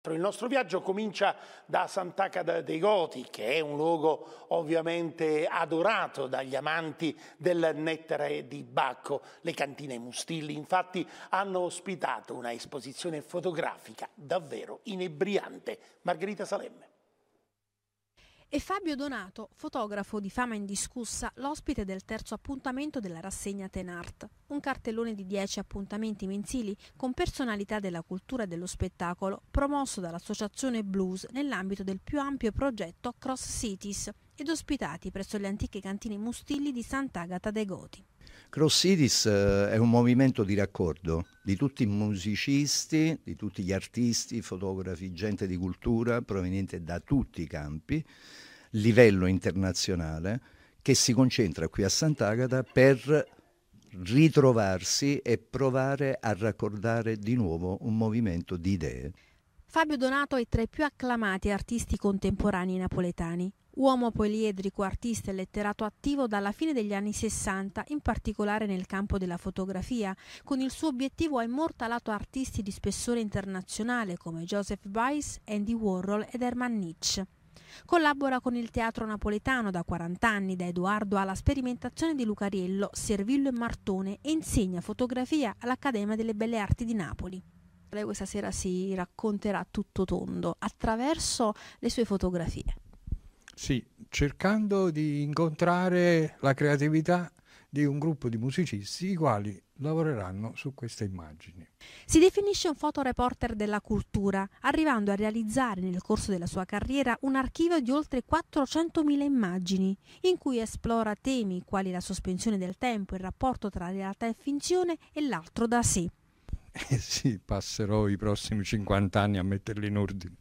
Il nostro viaggio comincia da Sant'Agata dei Goti, che è un luogo ovviamente adorato dagli amanti del nettare di Bacco. Le cantine Mustilli infatti hanno ospitato una esposizione fotografica davvero inebriante. Margherita Salemme. E Fabio Donato, fotografo di fama indiscussa, l'ospite del terzo appuntamento della rassegna Tenart, un cartellone di 10 appuntamenti mensili con personalità della cultura e dello spettacolo, promosso dall'Associazione Blues nell'ambito del più ampio progetto Cross Cities ed ospitati presso le antiche cantine Mustilli di Sant'Agata dei Goti. Cross Cities è un movimento di raccordo di tutti i musicisti, di tutti gli artisti, fotografi, gente di cultura proveniente da tutti i campi, livello internazionale, che si concentra qui a Sant'Agata per ritrovarsi e provare a raccordare di nuovo un movimento di idee. Fabio Donato è tra i più acclamati artisti contemporanei napoletani. Uomo poliedrico, artista e letterato attivo dalla fine degli anni 60, in particolare nel campo della fotografia, con il suo obiettivo ha immortalato artisti di spessore internazionale come Joseph Beuys, Andy Warhol ed Hermann Nietzsche. Collabora con il teatro napoletano da 40 anni, da Edoardo alla sperimentazione di Lucariello, Servillo e Martone, e insegna fotografia all'Accademia delle Belle Arti di Napoli. Lei questa sera si racconterà tutto tondo attraverso le sue fotografie. Sì, cercando di incontrare la creatività di un gruppo di musicisti i quali lavoreranno su queste immagini. Si definisce un fotoreporter della cultura, arrivando a realizzare nel corso della sua carriera un archivio di oltre 400.000 immagini, in cui esplora temi quali la sospensione del tempo, il rapporto tra realtà e finzione e l'altro da sé. Sì, passerò i prossimi 50 anni a metterli in ordine.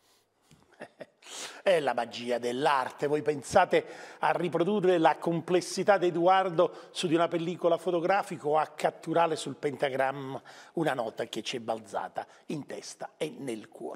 È la magia dell'arte. Voi pensate a riprodurre la complessità di Edoardo su di una pellicola fotografica o a catturare sul pentagramma una nota che ci è balzata in testa e nel cuore.